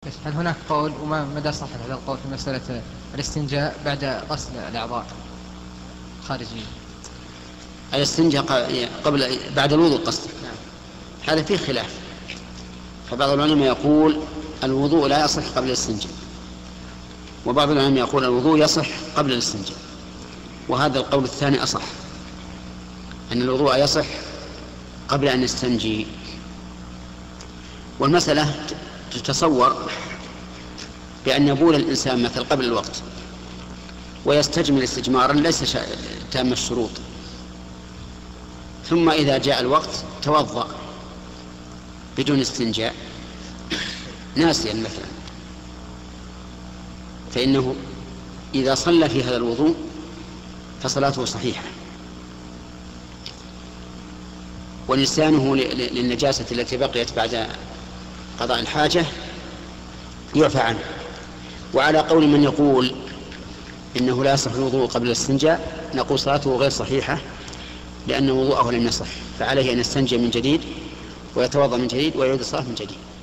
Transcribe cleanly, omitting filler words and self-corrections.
هل هناك قول وما مدى صحة هذا القول في مسألة الاستنجاء بعد غسل الأعضاء الخارجية؟ الاستنجاء بعد الوضوء قصد. نعم. هذا فيه خلاف، فبعض العلماء يقول الوضوء لا يصح قبل الاستنجاء، وبعض العلماء يقول الوضوء يصح قبل الاستنجاء، وهذا القول الثاني أصح، أن الوضوء يصح قبل أن يستنجي. والمسألة تتصور بأن يبول الإنسان مثل قبل الوقت ويستجمل استجمارا ليس تام الشروط، ثم إذا جاء الوقت توضأ بدون استنجاء ناسيا مثلا، فإنه إذا صلى في هذا الوضوء فصلاته صحيحة، ونسيانه للنجاسة التي بقيت بعد قضاء الحاجة يعفى عنه. وعلى قول من يقول إنه لا يصح الوضوء قبل الاستنجاء نقول صلاته غير صحيحة، لأن وضوءه لم يصح، فعليه أن يستنجي من جديد ويتوضأ من جديد ويعيد الصلاة من جديد.